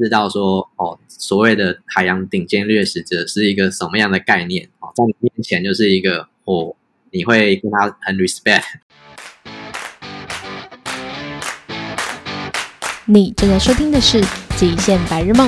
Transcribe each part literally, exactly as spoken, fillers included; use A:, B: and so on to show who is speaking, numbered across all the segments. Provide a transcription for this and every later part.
A: 识到说，哦，所谓的海洋顶尖掠食者是一个什么样的概念，哦，在你面前就是一个，哦，你会跟他很 respect。
B: 你正在收听的是《极限白日梦》，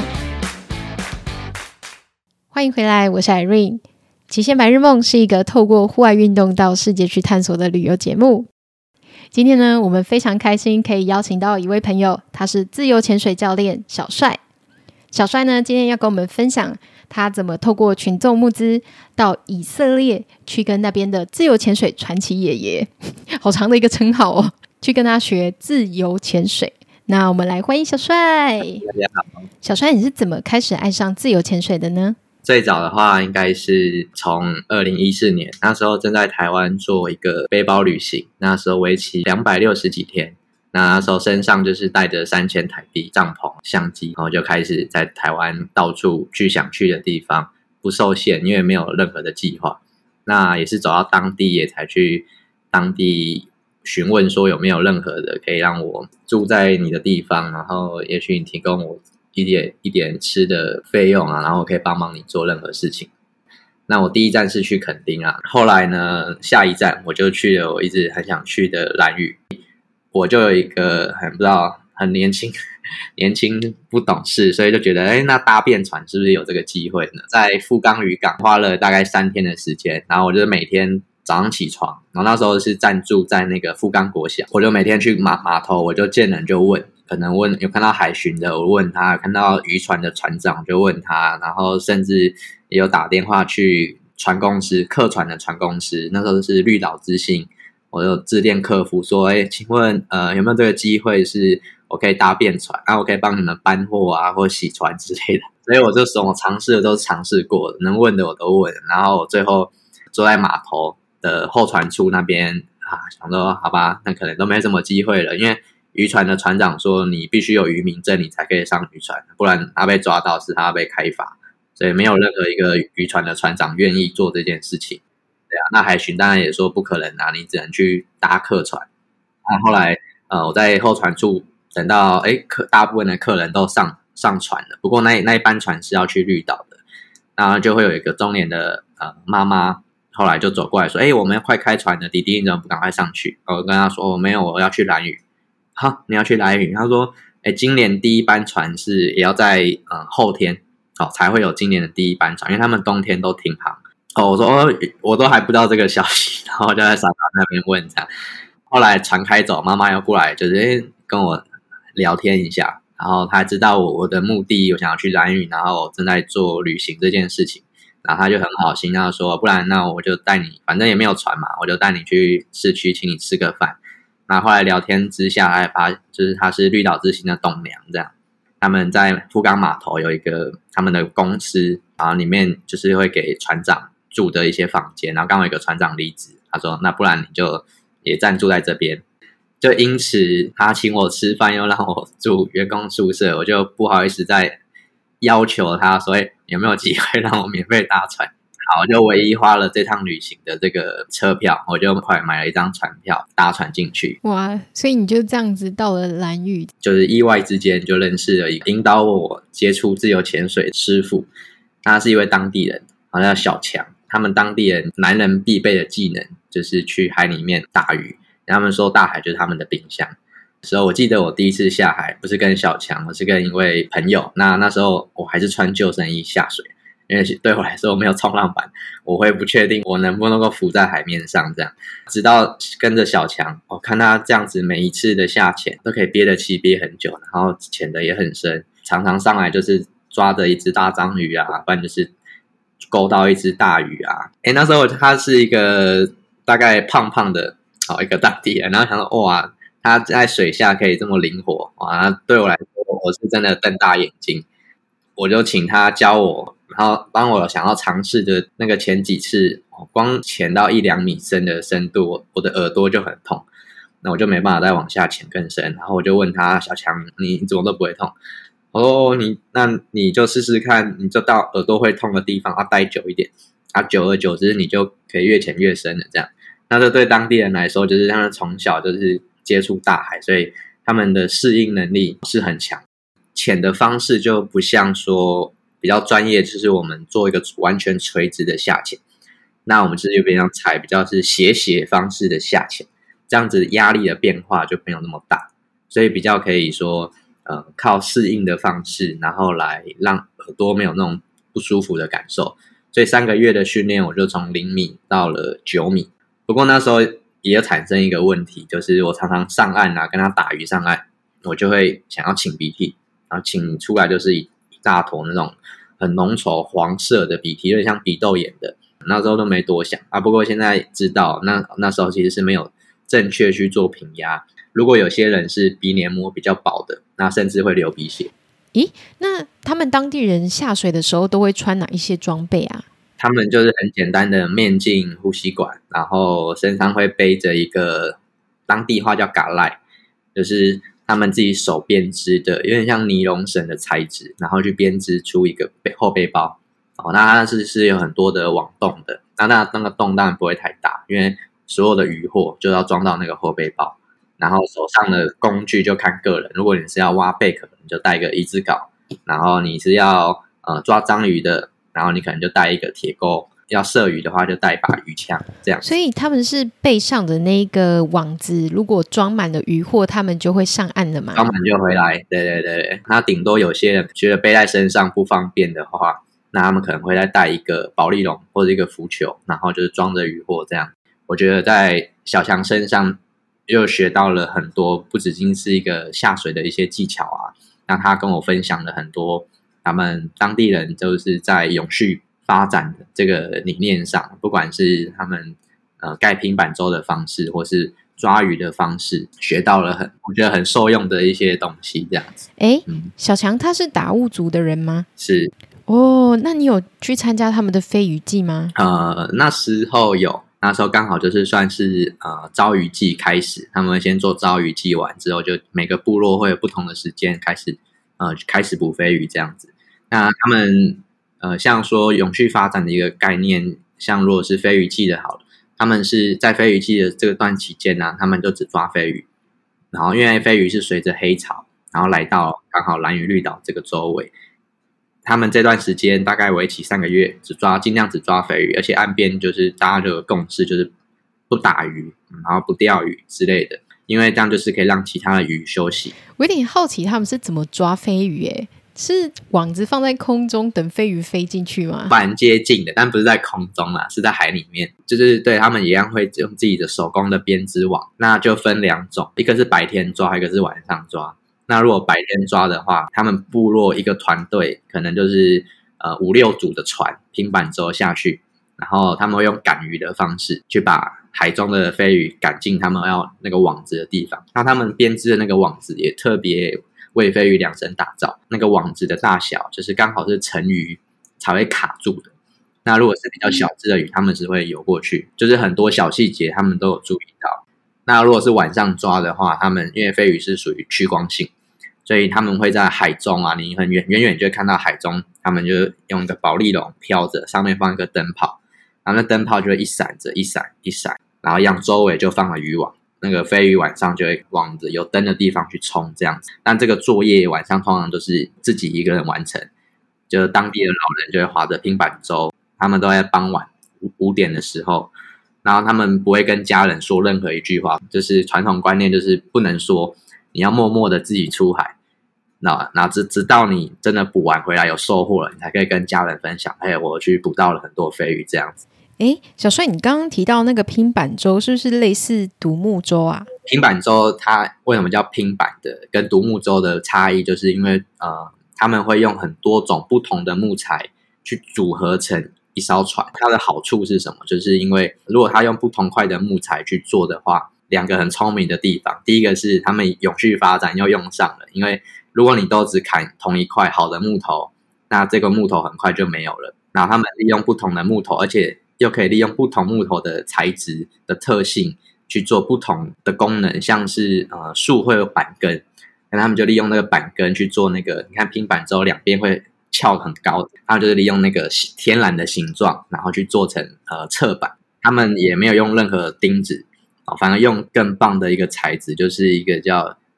B: 欢迎回来，我是 Irene。极限白日梦是一个透过户外运动到世界去探索的旅游节目。今天呢，我们非常开心可以邀请到一位朋友，他是自由潜水教练小帅。小帅呢，今天要跟我们分享他怎么透过群众募资到以色列去跟那边的自由潜水传奇爷爷，好长的一个称号哦，去跟他学自由潜水。那我们来欢迎小帅。大
A: 家好。
B: 小帅，你是怎么开始爱上自由潜水的呢？
A: 最早的话应该是从二零一四年，那时候正在台湾做一个背包旅行，那时候为期两百六十几天，那时候身上就是带着三千台币帐篷相机，然后就开始在台湾到处去想去的地方，不受限，因为没有任何的计划。那也是走到当地也才去当地询问说有没有任何的可以让我住在你的地方，然后也许你提供我一点一点吃的费用啊，然后我可以帮忙你做任何事情。那我第一站是去垦丁啊，后来呢，下一站我就去了我一直很想去的兰屿。我就有一个很不知道很年轻年轻不懂事，所以就觉得哎，那搭便船是不是有这个机会呢？在富冈渔港花了大概三天的时间，然后我就每天早上起床，然后那时候是暂住在那个富冈国小，我就每天去码码头，我就见人就问，可能问有看到海巡的我问他，看到渔船的船长就问他，然后甚至也有打电话去船公司，客船的船公司，那时候是绿岛之星，我有致电客服说，哎，请问呃有没有这个机会是我可以搭便船，然后我可以帮你们搬货啊或洗船之类的。所以我就什么尝试的都尝试过了，能问的我都问，然后我最后坐在码头的候船处那边啊，想说好吧，那可能都没什么机会了，因为渔船的船长说你必须有渔民证你才可以上渔船，不然他被抓到是他被开罚，所以没有任何一个渔船的船长愿意做这件事情。对啊，那海巡当然也说不可能啊，你只能去搭客船。那后来呃我在候船处等到哎客大部分的客人都上上船了，不过那那一班船是要去绿岛的，然后就会有一个中年的呃妈妈，后来就走过来说，哎，我们要快开船了，弟弟你怎么不赶快上去？我跟他说，我没有，我要去兰屿。哈，你要去兰屿？他说，哎，今年第一班船是也要在呃后天，哦才会有今年的第一班船，因为他们冬天都停航。哦，我说哦，我都还不知道这个消息，然后就在沙滩那边问这样。后来船开走，妈妈要过来，就是诶跟我聊天一下，然后她知道我我的目的，我想要去兰屿，然后我正在做旅行这件事情，然后她就很好心，她说不然那我就带你，反正也没有船嘛，我就带你去市区，请你吃个饭。那后来聊天之下，还发就是他是绿岛之星的董娘这样。他们在富冈码头有一个他们的公司，然后里面就是会给船长住的一些房间，然后刚好有一个船长离职，他说那不然你就也暂住在这边，就因此他请我吃饭又让我住员工宿舍，我就不好意思再要求他说有没有机会让我免费搭船。好，我就唯一花了这趟旅行的这个车票，我就快买了一张船票搭船进去。
B: 哇，所以你就这样子到了兰屿，
A: 就是意外之间就认识了一个引导我接触自由潜水的师傅，他是一位当地人，好像叫小强。他们当地人男人必备的技能就是去海里面打鱼，他们说大海就是他们的冰箱。时候我记得我第一次下海不是跟小强，我是跟一位朋友，那那时候我还是穿救生衣下水，因为对我来说我没有冲浪板，我会不确定我能不能够浮在海面上这样。直到跟着小强，我看他这样子每一次的下潜都可以憋得气憋很久，然后潜得也很深，常常上来就是抓着一只大章鱼啊，不然就是勾到一只大鱼啊。诶，那时候他是一个大概胖胖的好一个当地人，然后想说哇，他在水下可以这么灵活哇，对我来说我是真的瞪大眼睛。我就请他教我，然后帮我想要尝试的那个前几次，光潜到一两米深的深度，我的耳朵就很痛，那我就没办法再往下潜更深。然后我就问他，小强，你怎么都不会痛？我说你那你就试试看，你就到耳朵会痛的地方要待久一点，啊，久而久之你就可以越潜越深了这样。那这对当地人来说，就是他们从小就是接触大海，所以他们的适应能力是很强。 潜的方式就不像说比较专业，就是我们做一个完全垂直的下潜，那我们就是有点像采比较是斜斜方式的下潜，这样子压力的变化就没有那么大，所以比较可以说呃靠适应的方式，然后来让耳朵没有那种不舒服的感受。所以三个月的训练，我就从零米到了九米。不过那时候也有产生一个问题，就是我常常上岸啊，跟他打鱼上岸，我就会想要擤鼻涕，然后擤出来就是一一大坨那种很浓稠黄色的鼻涕，有点像鼻窦炎的。那时候都没多想啊，不过现在知道，那那时候其实是没有正确去做平压。如果有些人是鼻黏膜比较薄的，那甚至会流鼻血。
B: 咦，那他们当地人下水的时候都会穿哪一些装备啊？
A: 他们就是很简单的面镜、呼吸管，然后身上会背着一个当地话叫嘎赖，就是他们自己手编织的，有点像尼龙绳的材质，然后去编织出一个后背包。哦，那它是是有很多的网洞的，那那那个洞当然不会太大，因为所有的渔获就要装到那个后背包。然后手上的工具就看个人，如果你是要挖贝壳，你就带一个移枝镐；然后你是要呃抓章鱼的，然后你可能就带一个铁钩；要射鱼的话，就带一把鱼枪，这样。
B: 所以他们是背上的那个网子，如果装满了渔获，他们就会上岸了嘛？
A: 装满就回来，对对对。那顶多有些人觉得背在身上不方便的话，那他们可能会再带一个保丽龙或者一个浮球，然后就是装着渔获这样。我觉得在小强身上又学到了很多，不只仅是一个下水的一些技巧啊。那他跟我分享了很多他们当地人就是在永续发展的这个理念上，不管是他们呃盖平板舟的方式，或是抓鱼的方式，学到了很我觉得很受用的一些东西这样子。
B: 哎、
A: 嗯，
B: 小强他是达悟族的人吗？
A: 是。
B: 哦，那你有去参加他们的飞鱼季吗？
A: 呃，那时候有，那时候刚好就是算是呃招鱼季开始，他们先做招鱼季完之后，就每个部落会有不同的时间开始呃开始捕飞鱼这样子。那他们呃像说永续发展的一个概念，像如果是飞鱼季的好了，他们是在飞鱼季的这段期间呢、啊，他们就只抓飞鱼，然后因为飞鱼是随着黑潮，然后来到刚好兰屿绿岛这个周围。他们这段时间大概为期三个月，只抓尽量只抓肥鱼，而且岸边就是大家就有共识，就是不打鱼，然后不钓鱼之类的，因为这样就是可以让其他的鱼休息。
B: 我有点好奇他们是怎么抓飞鱼诶，是网子放在空中等飞鱼飞进去吗？
A: 蛮接近的，但不是在空中啦，是在海里面。就是对他们一样会用自己的手工的编织网，那就分两种，一个是白天抓，一个是晚上抓。那如果白天抓的话，他们部落一个团队可能就是呃五六组的船平板舟下去，然后他们会用赶鱼的方式去把海中的飞鱼赶进他们要那个网子的地方。那他们编织的那个网子也特别为飞鱼量身打造，那个网子的大小就是刚好是成鱼才会卡住的。那如果是比较小只的鱼，他们是会游过去，就是很多小细节他们都有注意到。那如果是晚上抓的话，他们因为飞鱼是属于趋光性，所以他们会在海中啊，你很远远远就会看到海中，他们就用一个保丽龙飘着，上面放一个灯泡，然后那灯泡就会一闪着一闪一闪，然后一样周围就放了渔网，那个飞鱼晚上就会往着有灯的地方去冲这样子。但这个作业晚上通常都是自己一个人完成，就是当地的老人就会划着平板舟，他们都在傍晚五点的时候，然后他们不会跟家人说任何一句话，就是传统观念就是不能说，你要默默的自己出海，那那直直到你真的捕完回来有收获了，你才可以跟家人分享，哎，我去捕到了很多飞鱼这样子。
B: 诶，小帅，你刚刚提到那个拼板舟是不是类似独木舟啊？
A: 拼板舟它为什么叫拼板的？跟独木舟的差异就是因为呃，他们会用很多种不同的木材去组合成一艘船。它的好处是什么？就是因为如果他用不同块的木材去做的话，两个很聪明的地方，第一个是他们永续发展又用上了，因为如果你都只砍同一块好的木头，那这个木头很快就没有了。然后他们利用不同的木头，而且又可以利用不同木头的材质的特性去做不同的功能，像是呃树会有板根，那他们就利用那个板根去做那个，你看拼板舟两边会翘很高，他们就是利用那个天然的形状，然后去做成呃侧板。他们也没有用任何钉子，反而用更棒的一个材质，就是一个叫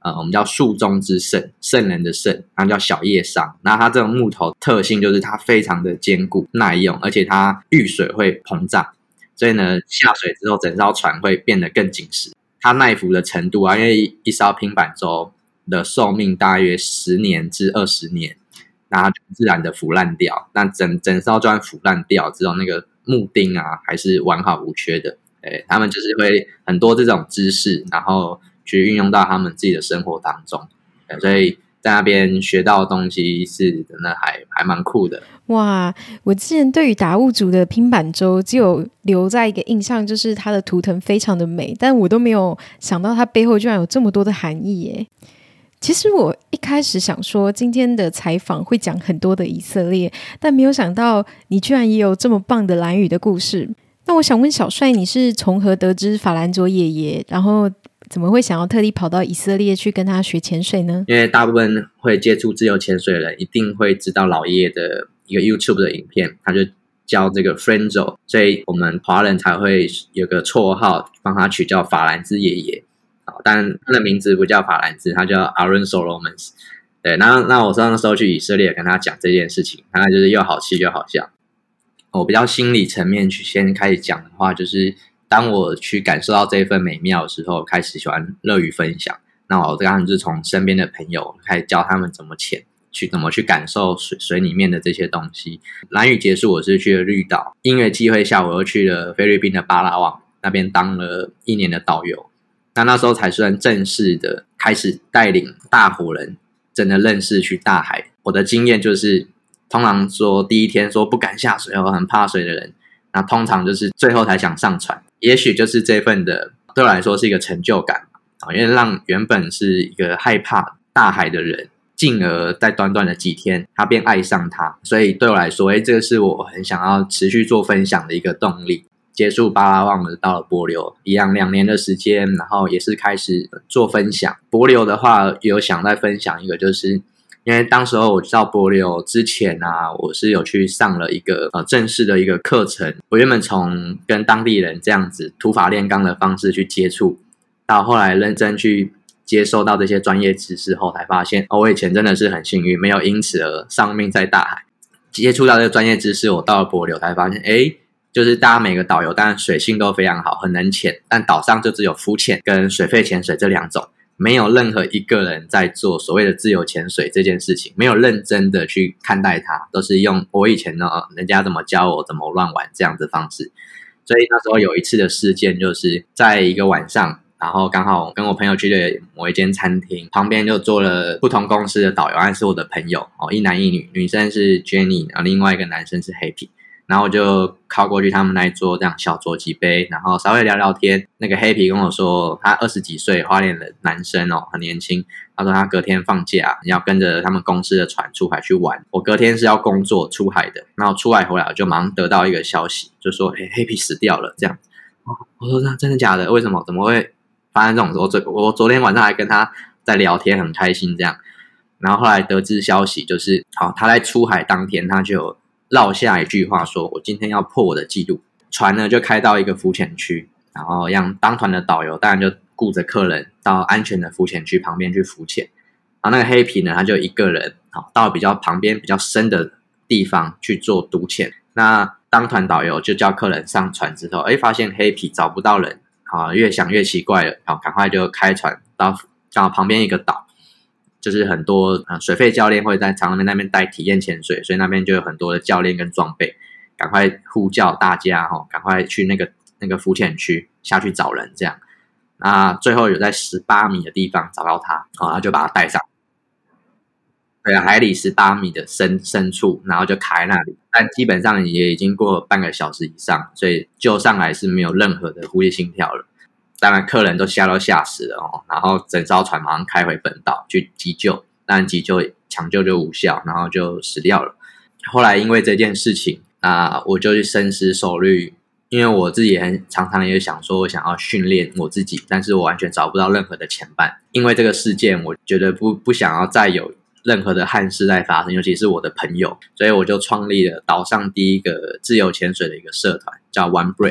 A: 呃，我们叫树中之圣，圣人的圣，它叫小叶桑。那它这种木头特性就是它非常的坚固耐用，而且它遇水会膨胀，所以呢下水之后整艘船会变得更紧实。它耐浮的程度啊，因为一艘平板舟的寿命大约十年至二十年，那它就自然的腐烂掉。那整整艘船腐烂掉之后，那个木钉啊还是完好无缺的。对，他们就是会很多这种知识，然后去运用到他们自己的生活当中，所以在那边学到的东西是真的还还蛮酷的。
B: 哇，我之前对于达悟族的拼板舟只有留在一个印象，就是它的图腾非常的美，但我都没有想到它背后居然有这么多的含义耶。其实我一开始想说今天的采访会讲很多的以色列，但没有想到你居然也有这么棒的兰语的故事。那我想问小帅，你是从何得知法兰卓爷爷，然后怎么会想要特地跑到以色列去跟他学潜水呢？
A: 因为大部分会接触自由潜水的人一定会知道老爷爷的一个 YouTube 的影片，他就叫这个 Frenzo， 所以我们华人才会有个绰号帮他取叫法兰兹爷爷。但他的名字不叫法兰兹，他叫 Aaron Solomons。 对，那那我那时候去以色列跟他讲这件事情，他就是又好气又好笑。我比较心理层面去先开始讲的话，就是当我去感受到这份美妙的时候，开始喜欢乐于分享。那我刚刚就是从身边的朋友开始教他们怎么潜，去怎么去感受水水里面的这些东西。兰屿结束，我是去了绿岛，因为机会下我又去了菲律宾的巴拉望，那边当了一年的导游。那那时候才算正式的开始带领大伙人真的认识去大海。我的经验就是通常说第一天说不敢下水或很怕水的人，那通常就是最后才想上船，也许就是这份的对我来说是一个成就感，因为让原本是一个害怕大海的人进而在短短的几天他便爱上它。所以对我来说，诶，这个是我很想要持续做分享的一个动力。结束巴拉望的到了帛琉，一样两年的时间，然后也是开始做分享。帛琉的话有想再分享一个，就是因为当时候我到帛琉之前啊，我是有去上了一个呃正式的一个课程。我原本从跟当地人这样子土法炼钢的方式去接触，到后来认真去接受到这些专业知识后，才发现哦，我以前真的是很幸运，没有因此而丧命在大海。接触到这个专业知识，我到了帛琉才发现，诶，就是大家每个导游当然水性都非常好，很能潜，但岛上就只有浮潜跟水肺潜水这两种，没有任何一个人在做所谓的自由潜水这件事情，没有认真的去看待它，都是用我以前呢人家怎么教我怎么乱玩这样的方式。所以那时候有一次的事件，就是在一个晚上，然后刚好跟我朋友去的某一间餐厅，旁边就坐了不同公司的导游，还是我的朋友哦，一男一女，女生是 Jenny， 然后另外一个男生是 Happy。然后我就靠过去他们那一桌，这样小酌几杯，然后稍微聊聊天。那个 Happy 跟我说，他二十几岁，花莲的男生哦，很年轻。他说他隔天放假，要跟着他们公司的船出海去玩。我隔天是要工作出海的，然后出海回来我就马上得到一个消息，就说，哎 ，Happy 死掉了，这样。我说那真的假的？为什么？怎么会发生这种事？我昨我昨天晚上还跟他在聊天，很开心这样。然后后来得知消息，就是好，他在出海当天他就有落下一句话说，我今天要破我的记录。船呢就开到一个浮潜区，然后让当团的导游当然就顾着客人到安全的浮潜区旁边去浮潜。然后那个黑皮呢，他就一个人到比较旁边比较深的地方去做独潜。那当团导游就叫客人上船之后，哎，发现黑皮找不到人，啊，越想越奇怪了，好，赶快就开船到刚好旁边一个岛。就是很多、呃、水肺教练会在长那边那边带体验潜水，所以那边就有很多的教练跟装备，赶快呼叫大家、哦、赶快去那个那个浮潜区下去找人这样。那最后有在十八米的地方找到他，哦，他就把他带上，对啊，海里十八米的深深处，然后就卡在那里，但基本上也已经过了半个小时以上，所以救上来是没有任何的呼吸心跳了。当然客人都吓都吓死了哦，然后整艘船马上开回本岛去急救，当然急救抢救就无效，然后就死掉了。后来因为这件事情啊、呃，我就去深思熟虑，因为我自己也很常常也想说我想要训练我自己，但是我完全找不到任何的前伴。因为这个事件我觉得不不想要再有任何的憾事在发生，尤其是我的朋友，所以我就创立了岛上第一个自由潜水的一个社团，叫 One Breath。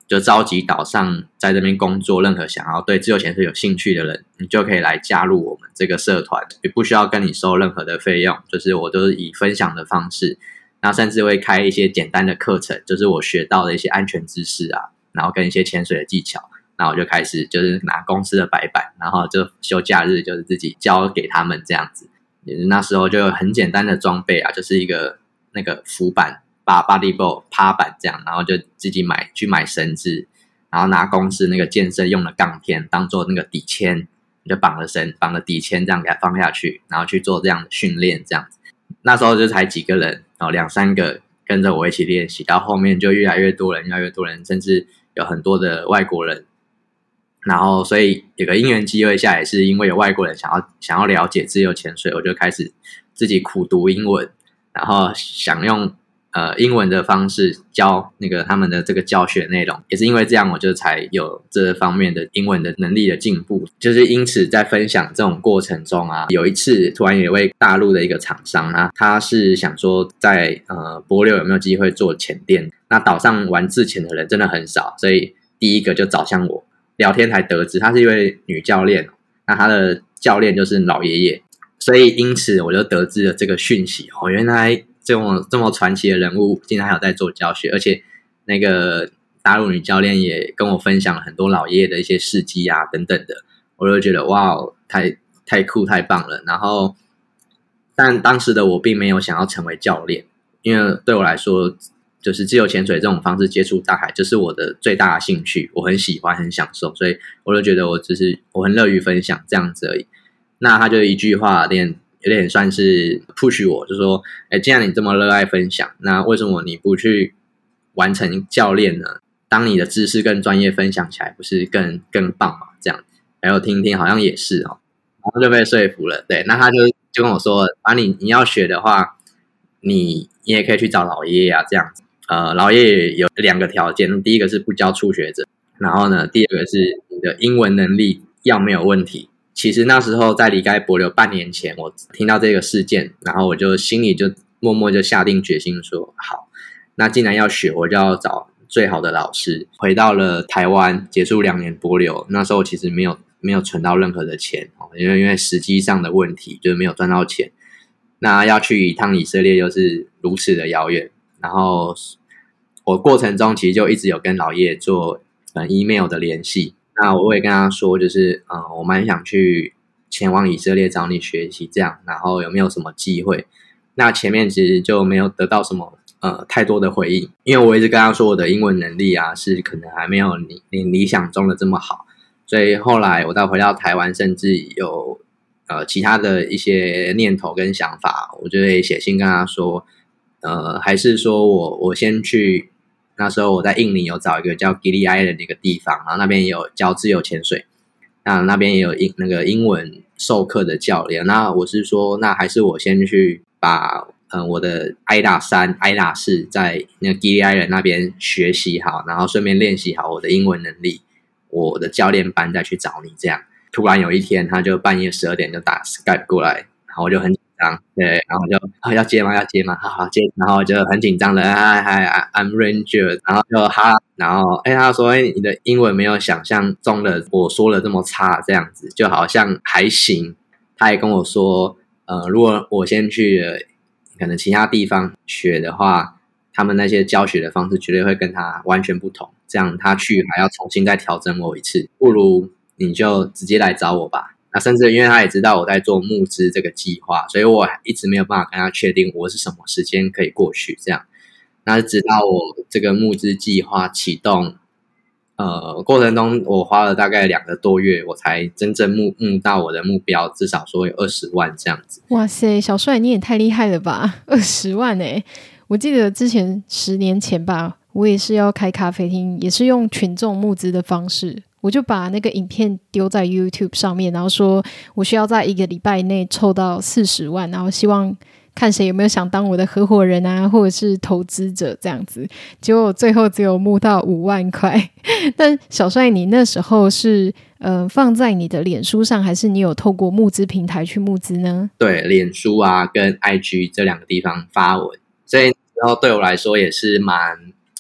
A: 就召集岛上在这边工作任何想要对自由潜水有兴趣的人，你就可以来加入我们这个社团，也不需要跟你收任何的费用，就是我都是以分享的方式，那甚至会开一些简单的课程，就是我学到的一些安全知识啊，然后跟一些潜水的技巧，那我就开始就是拿公司的白板，然后就休假日就是自己教给他们这样子。那时候就有很简单的装备啊，就是一个那个浮板把 bodyboard 趴板这样，然后就自己买去买绳子，然后拿公司那个健身用的杠片当做那个底铅，就绑了绳绑了底铅这样给它放下去，然后去做这样的训练这样子。那时候就才几个人哦，两三个跟着我一起练习，到后面就越来越多人，越来越多人，甚至有很多的外国人。然后所以有个因缘机会下，也是因为有外国人想要想要了解自由潜水，我就开始自己苦读英文，然后想用呃英文的方式教那个他们的这个教学内容，也是因为这样，我就才有这方面的英文的能力的进步。就是因此在分享这种过程中啊，有一次突然有一位大陆的一个厂商啊，他是想说在呃帛琉有没有机会做潜店，那岛上玩自潜的人真的很少，所以第一个就找向我。聊天才得知她是一位女教练，那她的教练就是老爷爷，所以因此我就得知了这个讯息哦，原来这种这么传奇的人物竟然还有在做教学，而且那个大陆女教练也跟我分享了很多老爷爷的一些事迹啊等等的，我就觉得哇，太太酷太棒了。然后但当时的我并没有想要成为教练，因为对我来说就是自由潜水这种方式接触大海，就是我的最大的兴趣，我很喜欢很享受，所以我就觉得我只是我很乐于分享这样子而已。那他就一句话有点有点算是 push 我，就说诶，既然你这么热爱分享，那为什么你不去完成教练呢？当你的知识更专业分享起来不是更更棒吗？这样还有听听好像也是哦，然后就被说服了。对，那他就就跟我说啊，你你要学的话，你你也可以去找老爷爷啊这样子。呃，老爷爷有两个条件，第一个是不教初学者，然后呢，第二个是你的英文能力要没有问题。其实那时候在离开帛琉半年前，我听到这个事件，然后我就心里就默默就下定决心说，好，那既然要学，我就要找最好的老师。回到了台湾，结束两年帛琉，那时候其实没有没有存到任何的钱，因为因为时机上的问题，就是没有赚到钱。那要去一趟以色列又是如此的遥远。然后我过程中其实就一直有跟老爷做、呃、email 的联系，那我也跟他说就是呃，我蛮想去前往以色列找你学习这样，然后有没有什么机会。那前面其实就没有得到什么呃太多的回应，因为我一直跟他说我的英文能力啊是可能还没有你你理想中的这么好，所以后来我到回到台湾，甚至有呃其他的一些念头跟想法，我就会写信跟他说呃，还是说我我先去，那时候我在印尼有找一个叫 Gili Island 的一个地方，然后那边也有教自由潜水，那那边也有英那个英文授课的教练。那我是说，那还是我先去把呃我的 I D A 三 I D A 四在那个 Gili Island 那边学习好，然后顺便练习好我的英文能力，我的教练班再去找你这样。突然有一天，他就半夜十二点就打 Skype 过来，然后我就很对，然后就、哦、要接吗？要接吗？好好接，然后就很紧张的，嗨嗨 ，I'm Ranger， 然后就哈，然后哎，他说，哎，你的英文没有想象中的我说的这么差，这样子就好像还行。他也跟我说，呃，如果我先去了可能其他地方学的话，他们那些教学的方式绝对会跟他完全不同，这样他去还要重新再调整我一次，不如你就直接来找我吧。那甚至因为他也知道我在做募资这个计划，所以我一直没有办法跟他确定我是什么时间可以过去这样。那直到我这个募资计划启动，呃，过程中我花了大概两个多月，我才真正募募到我的目标，至少说有二十万这样子。
B: 哇塞，小帅你也太厉害了吧！二十万哎、欸！我记得之前十年前吧，我也是要开咖啡厅，也是用群众募资的方式。我就把那个影片丢在 YouTube 上面，然后说我需要在一个礼拜内凑到四十万，然后希望看谁有没有想当我的合伙人啊，或者是投资者这样子。结果最后只有募到五万块。但小帅你那时候是呃放在你的脸书上，还是你有透过募资平台去募资呢？
A: 对，脸书啊跟 I G 这两个地方发文，所以然后对我来说也是蛮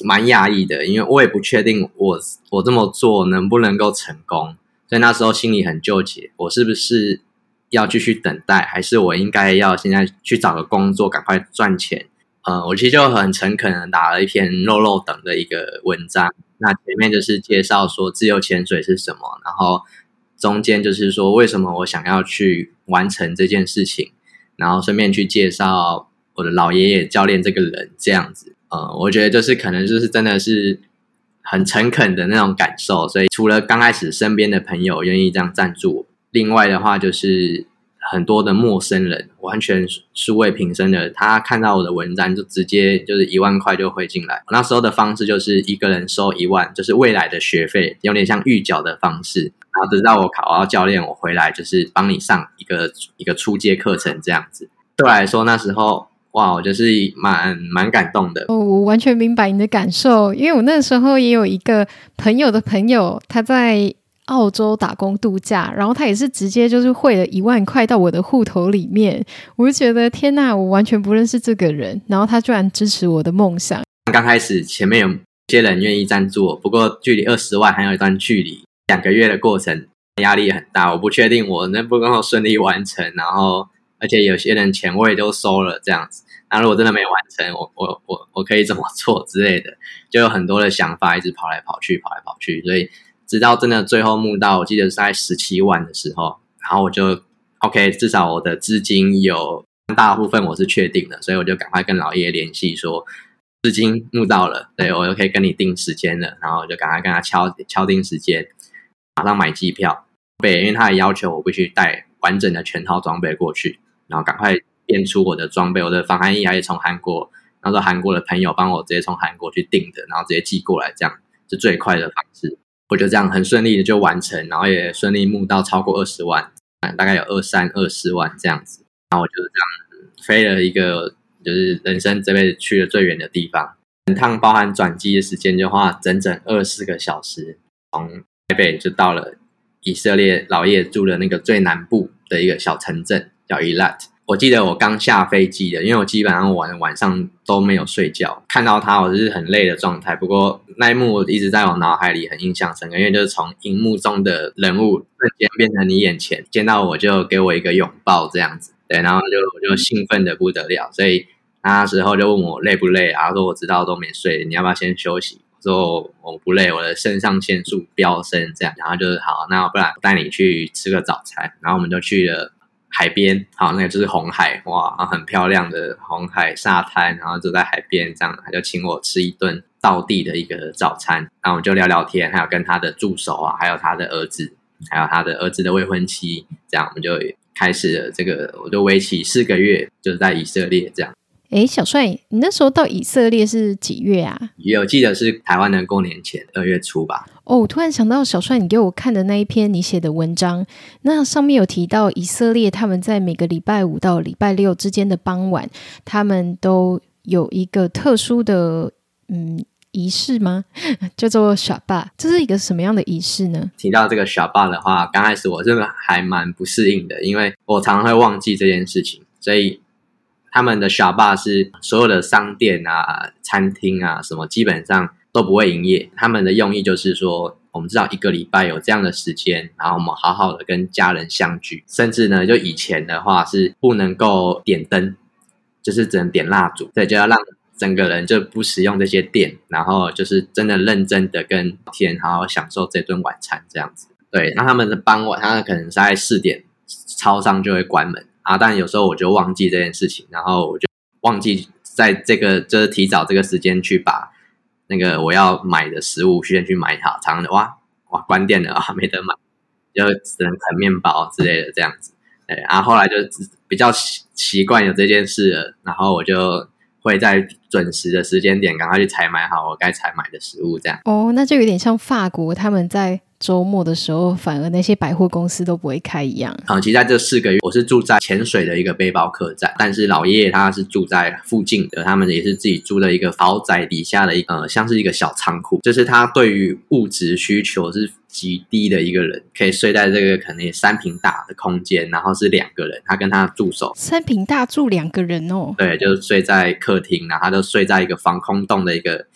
A: 蛮讶异的，因为我也不确定我我这么做能不能够成功，所以那时候心里很纠结，我是不是要继续等待，还是我应该要现在去找个工作赶快赚钱。呃，我其实就很诚恳的打了一篇肉肉等的一个文章，那前面就是介绍说自由潜水是什么，然后中间就是说为什么我想要去完成这件事情，然后顺便去介绍我的老爷爷教练这个人这样子。呃，我觉得就是可能就是真的是很诚恳的那种感受，所以除了刚开始身边的朋友愿意这样赞助我，另外的话就是很多的陌生人，完全素未平生的，他看到我的文章就直接就是一万块就汇进来。我那时候的方式就是一个人收一万，就是未来的学费，有点像预缴的方式。然后直到我考到教练，我回来就是帮你上一个一个初阶课程这样子。对我来说那时候哇，我就是蛮蛮感动的。
B: 哦，我完全明白你的感受，因为我那时候也有一个朋友的朋友，他在澳洲打工度假，然后他也是直接就是汇了一万块到我的户头里面，我就觉得天哪，我完全不认识这个人，然后他居然支持我的梦想。
A: 刚开始前面有些人愿意赞助我，不过距离二十万还有一段距离，两个月的过程压力很大，我不确定我能不能够顺利完成，然后而且有些人钱我也都收了这样子，那如果真的没完成，我我我我可以怎么做之类的，就有很多的想法一直跑来跑去跑来跑去，所以直到真的最后募到我记得是在十七万的时候，然后我就 OK 至少我的资金有大部分我是确定的，所以我就赶快跟老爷联系说资金募到了，对，我就可以跟你定时间了，然后我就赶快跟他敲敲定时间，马上买机票，对，因为他也要求我必须带完整的全套装备过去，然后赶快变出我的装备，我的防寒衣还是从韩国，然后说韩国的朋友帮我直接从韩国去订的，然后直接寄过来，这样是最快的方式。我就这样很顺利的就完成，然后也顺利募到超过二十万，大概有二三、二四万这样子。然后我就是这样飞了一个，就是人生这辈子去了最远的地方。整趟包含转机的时间就花整整二十四个小时，从台北就到了以色列老爷住的那个最南部的一个小城镇叫 Eilat。我记得我刚下飞机的，因为我基本上晚晚上都没有睡觉，看到他我是很累的状态，不过那一幕我一直在我脑海里很印象深刻，因为就是从荧幕中的人物瞬间变成你眼前，见到我就给我一个拥抱这样子，对，然后就我就兴奋的不得了，所以他那时候就问我累不累啊，说我知道都没睡，你要不要先休息，我说我不累，我的肾上腺素飙升这样，然后就是好，那不然我带你去吃个早餐，然后我们就去了海边，好，那个就是红海，哇，很漂亮的红海沙滩，然后就在海边这样，他就请我吃一顿道地的一个早餐，然后我们就聊聊天，还有跟他的助手啊，还有他的儿子，还有他的儿子的未婚妻，这样我们就开始了这个，我就为期四个月，就是在以色列这样。
B: 诶，小帅，你那时候到以色列是几月啊？
A: 也有记得是台湾的过年前二月初吧。
B: 哦，我突然想到小帅你给我看的那一篇你写的文章，那上面有提到以色列他们在每个礼拜五到礼拜六之间的傍晚，他们都有一个特殊的嗯仪式吗？叫做 Shabbat， 这是一个什么样的仪式呢？
A: 提到这个 Shabbat 的话，刚开始我是还蛮不适应的，因为我常常会忘记这件事情，所以他们的 Shabbat 是所有的商店啊、餐厅啊什么基本上都不会营业。他们的用意就是说，我们至少一个礼拜有这样的时间，然后我们好好的跟家人相聚。甚至呢，就以前的话是不能够点灯，就是只能点蜡烛，对，就要让整个人就不使用这些电，然后就是真的认真的跟天好好享受这顿晚餐这样子。对，那他们的傍晚，他们可能是在四点，超商就会关门。啊，但有时候我就忘记这件事情，然后我就忘记在这个就是提早这个时间去把那个我要买的食物先去买好，常常哇哇关店了啊，没得买，就只能啃面包之类的这样子。对，然后后来就比较习惯有这件事了，然后我就会在准时的时间点赶快去采买好我该采买的食物这样。
B: 哦，那就有点像法国他们在周末的时候反而那些百货公司都不会开一样。
A: 好，其实在这四个月我是住在潜水的一个背包客栈，但是老爷爷他是住在附近的，他们也是自己租的一个豪宅底下的一个、呃、像是一个小仓库，就是他对于物质需求是极低的一个人，可以睡在这个可能也三坪大的空间，然后是两个人，他跟他的助手
B: 三坪大住两个人哦。
A: 对，就是睡在客厅，然后他就睡在一个防空洞的一个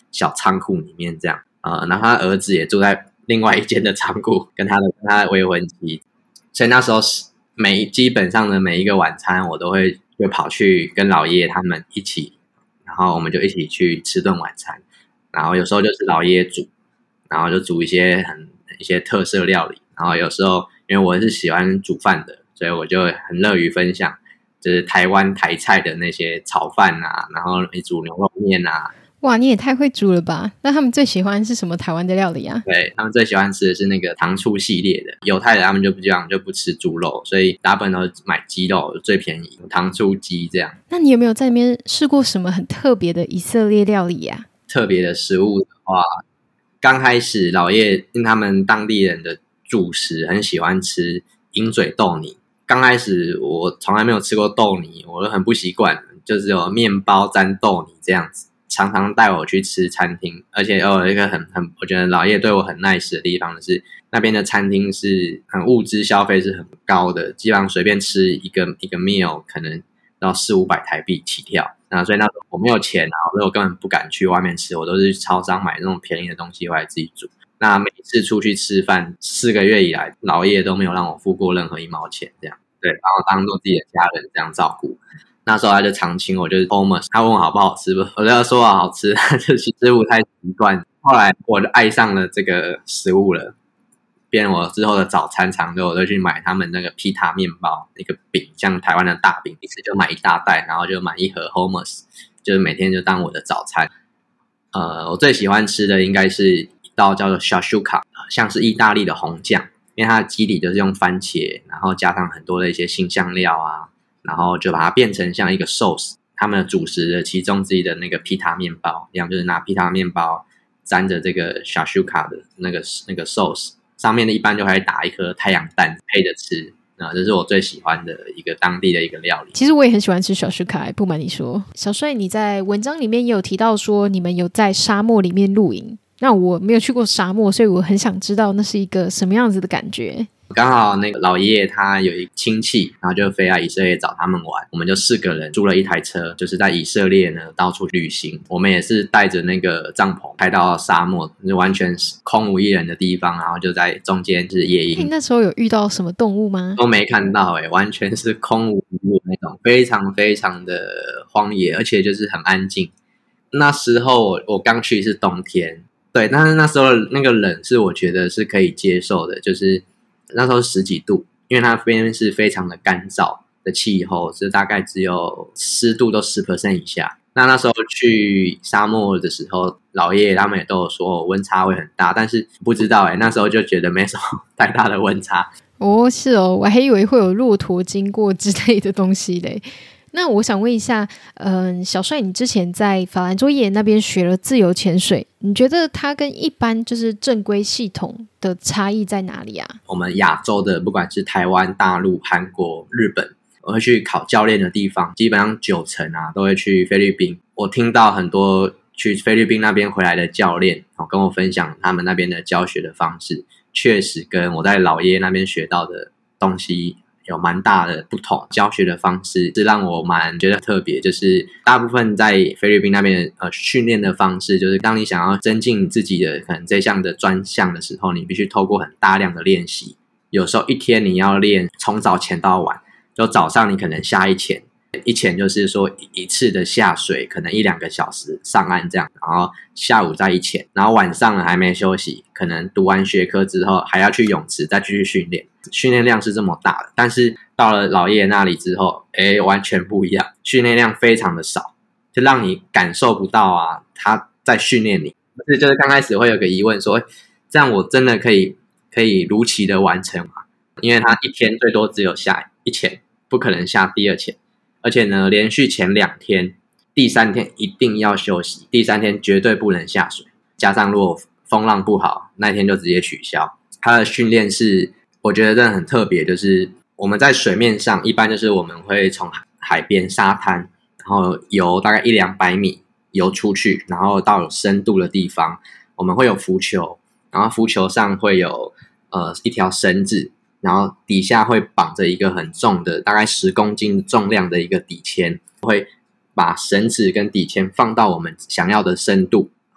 A: 小仓库里面这样，呃，然后他儿子也住在另外一间的仓库，跟他的跟他的未婚妻，所以那时候每基本上的每一个晚餐，我都会就跑去跟老爷他们一起，然后我们就一起去吃顿晚餐，然后有时候就是老爷煮，然后就煮一些很一些特色料理，然后有时候因为我是喜欢煮饭的，所以我就很乐于分享，就是台湾台菜的那些炒饭啊，然后煮牛肉面啊。
B: 哇，你也太会煮了吧！那他们最喜欢是什么台湾的料理啊？
A: 对，他们最喜欢吃的是那个糖醋系列的，犹太人他们就不这样，就不吃猪肉，所以大部分都买鸡肉最便宜，糖醋鸡这样。
B: 那你有没有在那边试过什么很特别的以色列料理啊？
A: 特别的食物的话，刚开始老叶因他们当地人的主食很喜欢吃鹰嘴豆泥，刚开始我从来没有吃过豆泥，我都很不习惯，就只有面包沾豆泥这样子。常常带我去吃餐厅，而且有一个很很，我觉得老叶对我很 nice 的地方是，那边的餐厅是很物资消费是很高的，基本上随便吃一个一个 meal 可能要四五百台币起跳。那所以那时候我没有钱啊，所以我根本不敢去外面吃，我都是去超商买那种便宜的东西回来自己煮。那每一次出去吃饭，四个月以来，老叶都没有让我付过任何一毛钱，这样对，然后当做自己的家人这样照顾。那时候他就常请我，就是 homeless， 他问我好不好吃，我就要说好吃，就其实不太习惯。后来我就爱上了这个食物了，变我之后的早餐常规我都去买他们那个披萨面包，一个饼，像台湾的大饼，一次就买一大袋，然后就买一盒 homeless， 就是每天就当我的早餐。呃，我最喜欢吃的应该是一道叫做 shakshuka， 像是意大利的红酱，因为它的基底就是用番茄，然后加上很多的一些辛香料啊。然后就把它变成像一个 sauce， 他们的主食的其中之一的那个披萨面包一样，就是拿披萨面包沾着这个 shakshuka 的那个那个 sauce， 上面的一般就还打一颗太阳蛋配着吃。啊，这是我最喜欢的一个当地的一个料理。
B: 其实我也很喜欢吃shakshuka，不瞒你说，小帅你在文章里面也有提到说你们有在沙漠里面露营，那我没有去过沙漠，所以我很想知道那是一个什么样子的感觉。
A: 刚好那个老爷爷他有一亲戚，然后就飞来以色列找他们玩，我们就四个人租了一台车，就是在以色列呢到处旅行。我们也是带着那个帐篷开到沙漠，就完全是空无一人的地方，然后就在中间是夜莺。
B: 你那时候有遇到什么动物吗？
A: 都没看到欸，完全是空无一物那种，非常非常的荒野，而且就是很安静。那时候我我刚去是冬天，对，但是那时候那个冷是我觉得是可以接受的，就是那时候十几度，因为它那边是非常的干燥的气候，是大概只有湿度都 百分之十 以下。那那时候去沙漠的时候，老爷爷他们也都有说温差会很大，但是不知道欸，那时候就觉得没什么太大的温差。
B: 哦，是哦，我还以为会有骆驼经过之类的东西嘞。那我想问一下，嗯、呃，小帅，你之前在法兰卓耶那边学了自由潜水，你觉得它跟一般就是正规系统的差异在哪里啊？
A: 我们亚洲的，不管是台湾、大陆、韩国、日本，我会去考教练的地方，基本上九成啊都会去菲律宾。我听到很多去菲律宾那边回来的教练，哦，跟我分享他们那边的教学的方式，确实跟我在老爷那边学到的东西有蛮大的不同。教学的方式是让我蛮觉得特别，就是大部分在菲律宾那边呃训练的方式，就是当你想要增进自己的可能这项的专项的时候，你必须透过很大量的练习。有时候一天你要练从早潜到晚，就早上你可能下一潜，一潜就是说一次的下水，可能一两个小时上岸这样，然后下午再一潜，然后晚上还没休息，可能读完学科之后还要去泳池再继续训练，训练量是这么大的。但是到了老爷那里之后，诶，完全不一样，训练量非常的少，就让你感受不到啊他在训练你。就是就是刚开始会有个疑问说，这样我真的可以可以如期的完成吗？因为他一天最多只有下一潜，不可能下第二潜，而且呢连续潜两天，第三天一定要休息，第三天绝对不能下水，加上如果风浪不好，那天就直接取消。他的训练是我觉得真的很特别，就是我们在水面上一般就是我们会从海边沙滩，然后游大概一两百米游出去，然后到有深度的地方，我们会有浮球，然后浮球上会有呃一条绳子，然后底下会绑着一个很重的大概十公斤重量的一个底铅，会把绳子跟底铅放到我们想要的深度，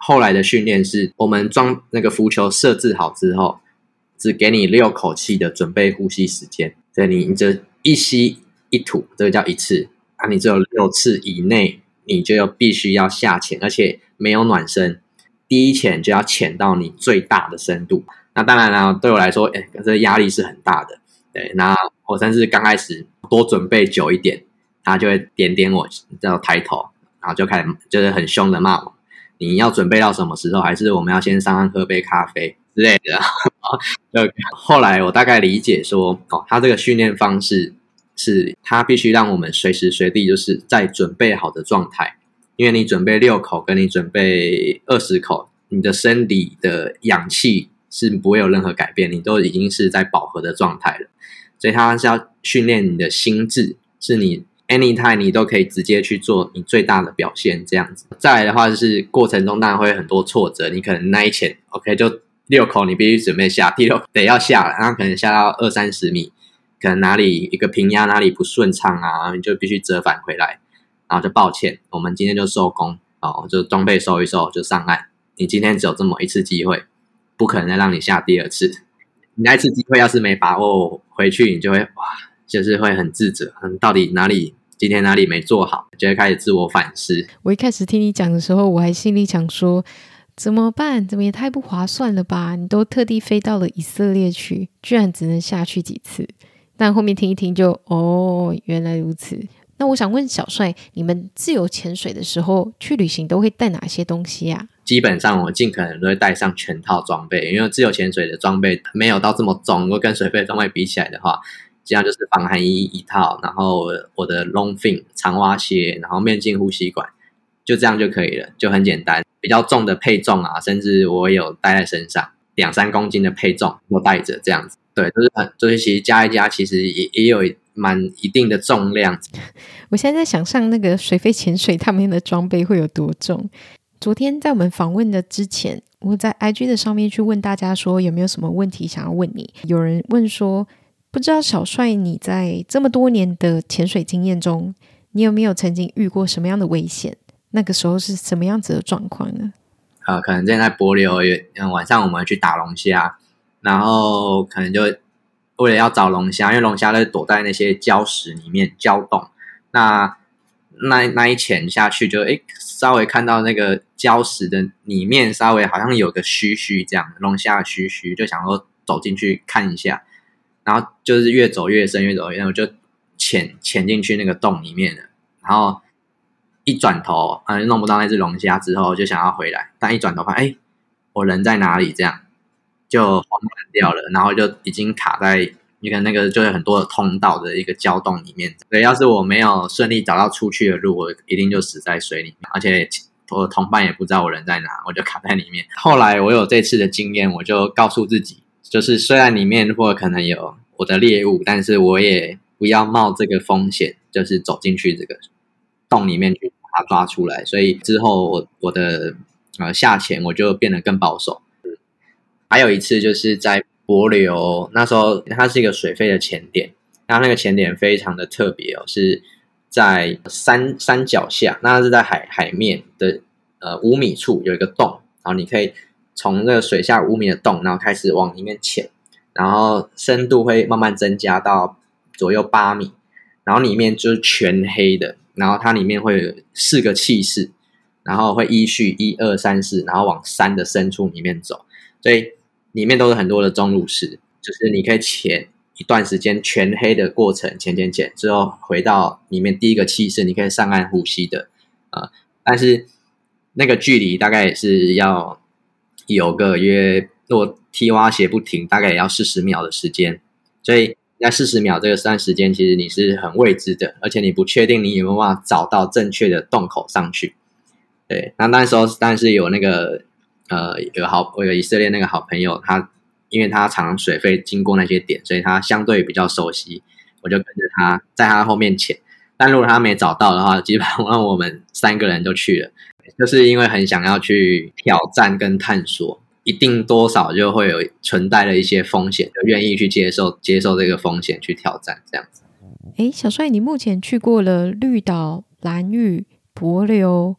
A: 后来的训练是我们装那个浮球设置好之后，只给你六口气的准备呼吸时间，所以你这一吸一吐，这个叫一次啊，你只有六次以内你就要必须要下潜，而且没有暖身，第一潜就要潜到你最大的深度。那当然啦，对我来说，哎，这压力是很大的。对，那我甚至刚开始多准备久一点，他就会点点我，叫抬头，然后就开始就是很凶的骂我，你要准备到什么时候？还是我们要先上岸喝杯咖啡之类的？就后来我大概理解说，哦，他这个训练方式是他必须让我们随时随地就是在准备好的状态，因为你准备六口跟你准备二十口，你的身体的氧气是不会有任何改变，你都已经是在饱和的状态了，所以他是要训练你的心智，是你 anytime 你都可以直接去做你最大的表现这样子。再来的话就是过程中当然会有很多挫折，你可能那一潜 OK 就六口你必须准备下，第六得要下了，然后可能下到二三十米，可能哪里一个平压哪里不顺畅啊，你就必须折返回来，然后就抱歉，我们今天就收工哦，就装备收一收就上岸，你今天只有这么一次机会，不可能再让你下第二次，你那一次机会要是没把握回去，你就会哇，就是会很自责，嗯，到底哪里今天哪里没做好，就会开始自我反思。
B: 我一开始听你讲的时候，我还心里想说怎么办，怎么也太不划算了吧，你都特地飞到了以色列去，居然只能下去几次。但后面听一听就哦，原来如此。那我想问小帅，你们自由潜水的时候去旅行都会带哪些东西啊？
A: 基本上我尽可能都会带上全套装备，因为自由潜水的装备没有到这么重，如果跟水肺装备比起来的话，这样就是防寒衣一套，然后我的 long fin 长蛙鞋，然后面镜呼吸管，就这样就可以了，就很简单。比较重的配重啊，甚至我有带在身上，两三公斤的配重我带着这样子。对，就是很，就是其实加一加，其实也也有蛮一定的重量。
B: 我现在在想象那个水肺潜水他们的装备会有多重。昨天在我们访问的之前，我在 I G 的上面去问大家说有没有什么问题想要问你。有人问说，不知道小帅你在这么多年的潜水经验中，你有没有曾经遇过什么样的危险？那个时候是什么样子的状况呢？
A: 呃，可能之前在帛琉，嗯，晚上我们去打龙虾，然后可能就为了要找龙虾，因为龙虾都躲在那些礁石里面礁洞，那那那一潜下去就诶稍微看到那个礁石的里面稍微好像有个须须这样，龙虾的须须，就想说走进去看一下，然后就是越走越深，越走越深，我就潜潜进去那个洞里面了，然后一转头，嗯，弄不到那只龙虾之后，就想要回来，但一转头发现，哎，我人在哪里？这样就慌乱掉了，然后就已经卡在一个那个就是很多的通道的一个胶洞里面。所以要是我没有顺利找到出去的路，我一定就死在水里面，而且我的同伴也不知道我人在哪，我就卡在里面。后来我有这次的经验，我就告诉自己，就是虽然里面或可能有我的猎物，但是我也不要冒这个风险，就是走进去这个洞里面去把它抓出来。所以之后我我的呃下潜我就变得更保守。还有一次就是在帛琉，那时候它是一个水肺的潜点，那那个潜点非常的特别哦，是在山山脚下，那是在海海面的呃五米处有一个洞，然后你可以从那个水下五米的洞，然后开始往里面潜，然后深度会慢慢增加到左右八米，然后里面就是全黑的，然后它里面会有四个气室，然后会依序一二三四，然后往山的深处里面走，所以里面都是很多的钟乳石，就是你可以潜一段时间全黑的过程，潜潜潜之后回到里面第一个气室，你可以上岸呼吸的，呃，但是那个距离大概也是要有个约，如果踢蛙鞋不停，大概也要四十秒的时间，所以在四十秒这个段时间，其实你是很未知的，而且你不确定你有没有办法找到正确的洞口上去。对，那那时候但是有那个呃有好我有以色列那个好朋友，他因为他常水肺经过那些点，所以他相对比较熟悉，我就跟着他在他后面潜。但如果他没找到的话，基本上我们三个人就去了，就是因为很想要去挑战跟探索，一定多少就会有存在的一些风险，就愿意去接受接受这个风险去挑战这样子。
B: 诶，小帅，你目前去过了绿岛、兰屿、帛琉，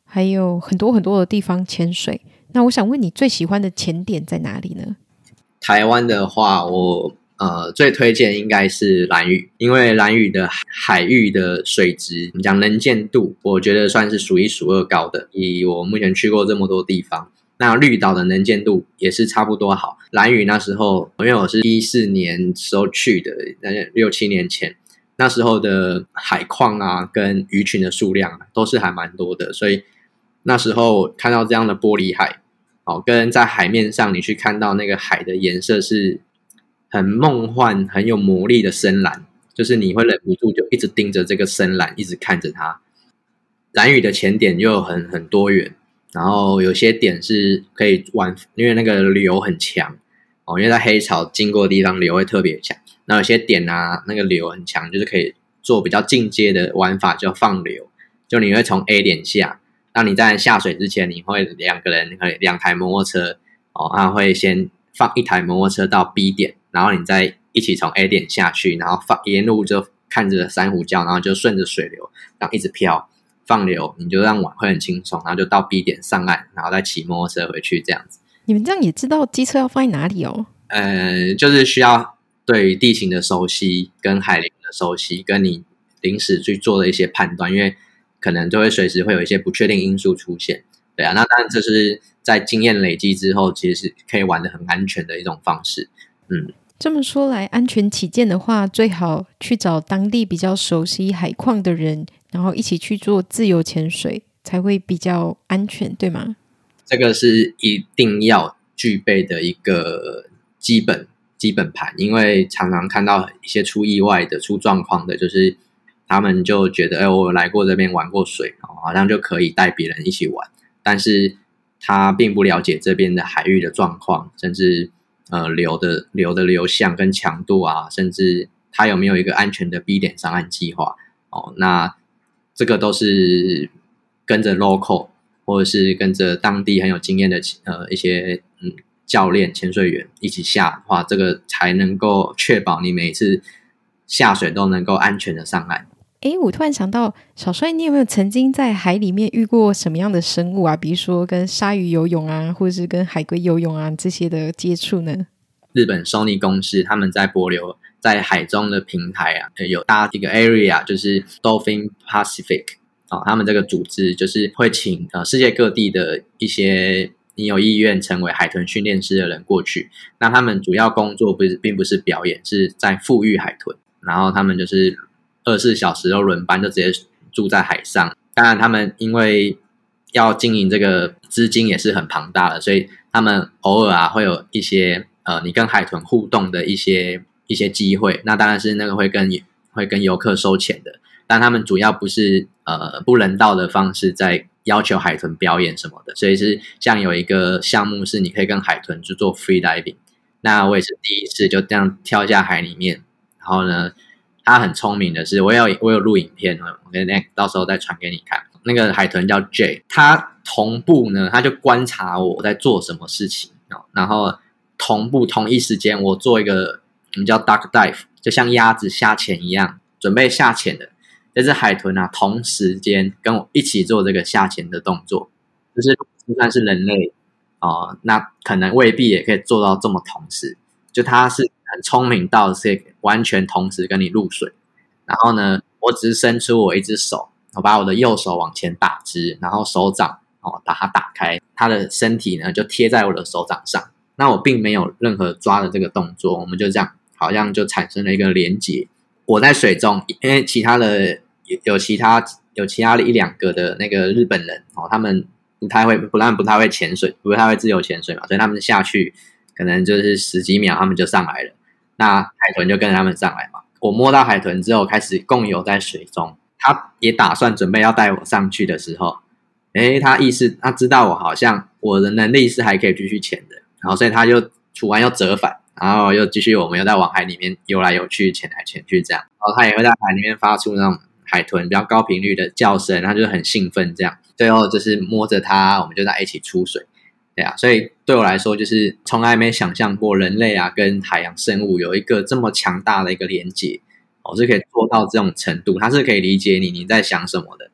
B: 还有很多很多的地方潜水。那我想问你最喜欢的潜点在哪里呢？
A: 台湾的话，我呃最推荐应该是兰屿，因为兰屿的海域的水质，我们讲能见度，我觉得算是数一数二高的。以我目前去过这么多地方，那绿岛的能见度也是差不多好。兰屿那时候，因为我是一四年时候去的，六七年前，那时候的海况啊跟鱼群的数量都是还蛮多的，所以那时候看到这样的玻璃海，哦，跟在海面上你去看到那个海的颜色是很梦幻、很有魔力的深蓝，就是你会忍不住就一直盯着这个深蓝，一直看着它。兰屿的潜点又很很多元，然后有些点是可以玩，因为那个流很强哦，因为在黑潮经过的地方流会特别强。那有些点啊，那个流很强，就是可以做比较进阶的玩法，叫放流，就你会从 A 点下。那你在下水之前，你会两个人两台摩托车哦，那会先放一台摩托车到 B 点，然后你再一起从 A 点下去，然后放沿路就看着珊瑚礁，然后就顺着水流这样一直飘放流，你就让玩会很轻松，然后就到 B 点上岸，然后再骑摩托车回去这样子。
B: 你们这样也知道机车要放在哪里哦？
A: 呃，就是需要对于地形的熟悉，跟海流的熟悉，跟你临时去做的一些判断，因为可能就会随时会有一些不确定因素出现，对啊，那当然这是在经验累积之后，其实是可以玩得很安全的一种方式。嗯，
B: 这么说来，安全起见的话，最好去找当地比较熟悉海况的人，然后一起去做自由潜水，才会比较安全，对吗？
A: 这个是一定要具备的一个基本基本盘，因为常常看到一些出意外的、出状况的，就是他们就觉得，哎，我来过这边玩过水，好像就可以带别人一起玩，但是他并不了解这边的海域的状况，甚至呃流的流的流向跟强度啊，甚至他有没有一个安全的 B 点上岸计划哦，那这个都是跟着 local 或者是跟着当地很有经验的呃一些嗯教练潜水员一起下的话，这个才能够确保你每次下水都能够安全的上岸。
B: 诶，我突然想到，小帅，你有没有曾经在海里面遇过什么样的生物啊？比如说跟鲨鱼游泳啊，或者是跟海龟游泳啊这些的接触呢？
A: 日本 Sony 公司他们在帛琉在海中的平台啊，有搭一个 area 就是 Dolphin Pacific、哦、他们这个组织就是会请呃世界各地的一些你有意愿成为海豚训练师的人过去，那他们主要工作不是并不是表演，是在复育海豚，然后他们就是二十四小时都轮班，就直接住在海上。当然他们因为要经营这个资金也是很庞大的，所以他们偶尔啊会有一些呃你跟海豚互动的一些一些机会，那当然是那个会跟会跟游客收钱的，但他们主要不是呃不人道的方式在要求海豚表演什么的，所以是像有一个项目是你可以跟海豚去做 free diving， 那我也是第一次就这样跳下海里面，然后呢他很聪明的是，我有我有录影片，我跟到时候再传给你看。那个海豚叫 J， 他同步呢，他就观察我在做什么事情，然后同步同一时间，我做一个我们叫 duck dive， 就像鸭子下潜一样，准备下潜的。这只海豚啊，同时间跟我一起做这个下潜的动作，就是就算是人类哦、呃，那可能未必也可以做到这么同时。就他是很聪明到是完全同时跟你入水，然后呢，我只是伸出我一只手，我把我的右手往前打直，然后手掌哦把它打开，他的身体呢就贴在我的手掌上，那我并没有任何抓的这个动作，我们就这样好像就产生了一个连结。我在水中，因为其他的有其他有其他的一两个的那个日本人哦，他们不太会不但不太会潜水，不太会自由潜水嘛，所以他们下去可能就是十几秒他们就上来了，那海豚就跟着他们上来嘛。我摸到海豚之后开始共游在水中，他也打算准备要带我上去的时候，诶，他意识他知道我好像我的能力是还可以继续潜的，然后所以他就突然又折返，然后又继续我们又在往海里面游来游去潜来潜去这样，然后他也会在海里面发出那种海豚比较高频率的叫声，他就很兴奋这样，最后就是摸着他我们就在一起出水。对啊，所以对我来说就是从来没想象过人类啊跟海洋生物有一个这么强大的一个连结，我、哦、是可以做到这种程度，它是可以理解你你在想什么的，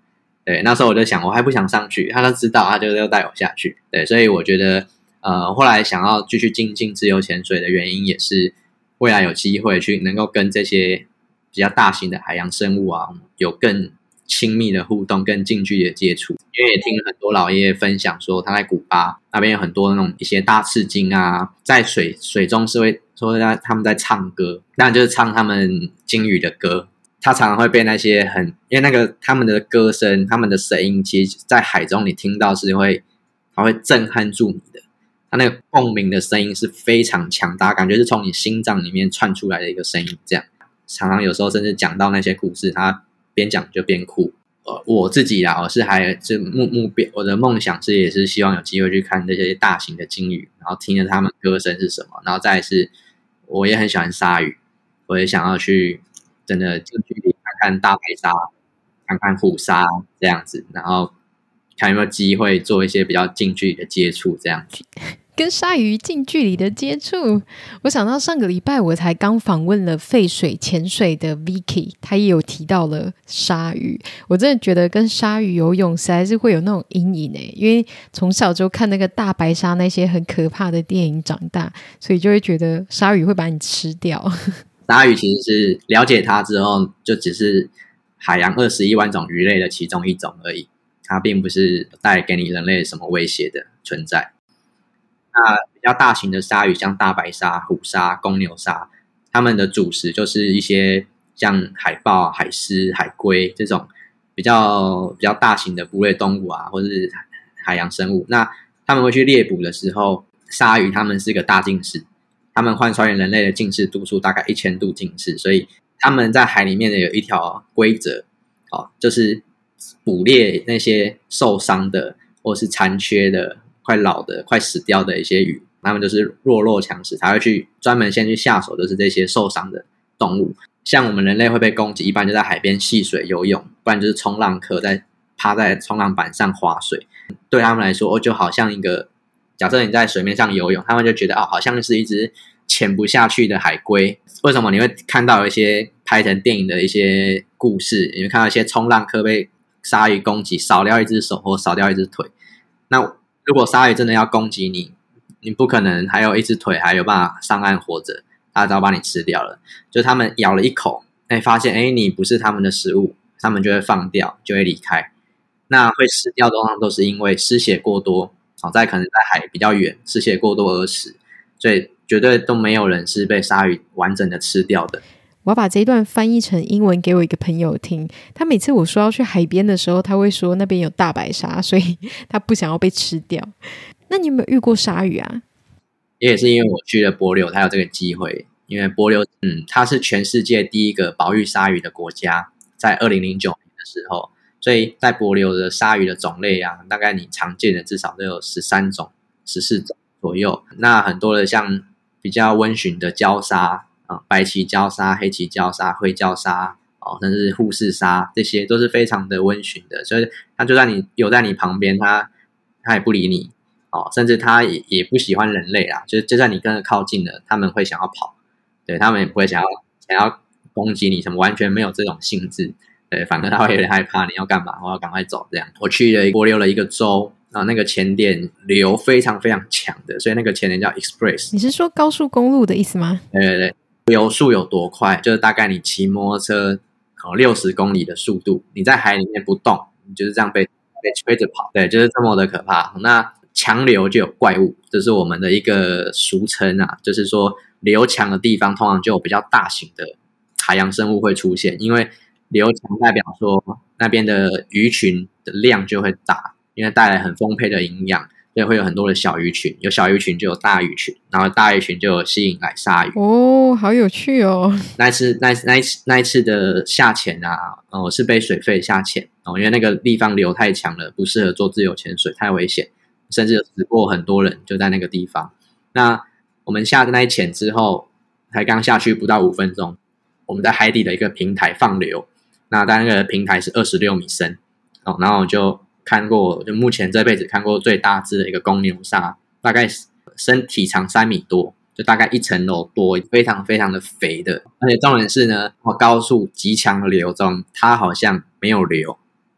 A: 对，那时候我就想，我还不想上去，他都知道，他就又带我下去。对，所以我觉得，呃，后来想要继续精进自由潜水的原因，也是未来有机会去能够跟这些比较大型的海洋生物啊，有更亲密的互动，更近距离的接触。因为也听了很多老爷爷分享说，他在古巴那边有很多那种一些大翅鲸啊，在水水中是会说他们在唱歌，当然就是唱他们鲸鱼的歌。他常常会被那些很，因为那个他们的歌声，他们的声音，其实在海中你听到是会，它会震撼住你的。他那个共鸣的声音是非常强大，感觉是从你心脏里面窜出来的一个声音。这样，常常有时候甚至讲到那些故事，他边讲就边哭。呃，我自己啦，我是还是目目标，我的梦想是也是希望有机会去看这些大型的鲸鱼，然后听着他们歌声是什么，然后再来是，我也很喜欢鲨鱼，我也想要去。真的近距离看看大白鲨，看看虎鲨这样子，然后看有没有机会做一些比较近距离的接触，这样子。
B: 跟鲨鱼近距离的接触，我想到上个礼拜我才刚访问了废水潜水的 Vicky， 他也有提到了鲨鱼。我真的觉得跟鲨鱼游泳实在是会有那种阴影耶，因为从小就看那个大白鲨那些很可怕的电影长大，所以就会觉得鲨鱼会把你吃掉。
A: 鲨鱼其实是了解它之后，就只是海洋二十一万种鱼类的其中一种而已，它并不是带给你人类什么威胁的存在。那比较大型的鲨鱼，像大白鲨、虎鲨、公牛鲨，它们的主食就是一些像海豹、海狮、海龟这种比较比较大型的哺乳动物啊，或是海洋生物。那他们会去猎捕的时候，鲨鱼它们是个大近视。他们换算人类的近视度数大概一千度近视，所以他们在海里面的有一条规则，哦，就是捕猎那些受伤的或是残缺的、快老的、快死掉的一些鱼，他们就是弱肉强食，才会去专门先去下手，就是这些受伤的动物。像我们人类会被攻击，一般就在海边戏水游泳，不然就是冲浪客在趴在冲浪板上划水。对他们来说，哦，就好像一个。假设你在水面上游泳，他们就觉得哦，好像是一只潜不下去的海龟。为什么你会看到一些拍成电影的一些故事？你会看到一些冲浪客被鲨鱼攻击，少掉一只手或少掉一只腿。那如果鲨鱼真的要攻击你，你不可能还有一只腿还有办法上岸活着，它早把你吃掉了。就他们咬了一口，哎，发现哎你不是他们的食物，他们就会放掉，就会离开。那会死掉通常都是因为失血过多。好在可能在海比较远，失血过多而死，所以绝对都没有人是被鲨鱼完整的吃掉的。
B: 我要把这一段翻译成英文给我一个朋友听，他每次我说要去海边的时候，他会说那边有大白鲨，所以他不想要被吃掉。那你有没有遇过鲨鱼啊？
A: 也是因为我去了帛琉才有这个机会，因为帛琉嗯，它是全世界第一个保育鲨鱼的国家，在二零零九年的时候。所以在帛琉的鲨鱼的种类啊，大概你常见的至少都有十三种、十四种左右。那很多的像比较温驯的礁鲨啊，白鳍礁鲨、黑鳍礁鲨、灰礁鲨哦，甚至护士鲨，这些都是非常的温驯的。所以它就算你游在你旁边，它它也不理你哦，甚至它也也不喜欢人类啦。就就算你跟着靠近了，他们会想要跑，对他们也不会想要想要攻击你，什么完全没有这种性质。对，反正他会有点害怕，你要干嘛？我要赶快走。这样，我去了帛琉的一个州啊，那个潜点流非常非常强的，所以那个潜点叫 Express。
B: 你是说高速公路的意思吗？
A: 对对对，流速有多快？就是大概你骑摩托车哦六十公里的速度，你在海里面不动，你就是这样被被吹着跑。对，就是这么的可怕。那强流就有怪物，这是我们的一个俗称啊，就是说流强的地方通常就有比较大型的海洋生物会出现，因为流强代表说那边的鱼群的量就会大，因为带来很丰沛的营养，所以会有很多的小鱼群，有小鱼群就有大鱼群，然后大鱼群就有吸引来鲨鱼。
B: 哦，好有趣哦！
A: 那一次那那一次那一次的下潜啊，我、呃、是被水肺下潜哦，因为那个地方流太强了，不适合做自由潜水，太危险，甚至有死过很多人就在那个地方。那我们下那一潜之后，才刚下去不到五分钟，我们在海底的一个平台放流。那但那个平台是二十六米深哦，然后我就看过，就目前这辈子看过最大只的一个公牛鲨，大概身体长三米多，就大概一层楼多，非常非常的肥的。而且重点是呢，高速极强的流中，它好像没有流，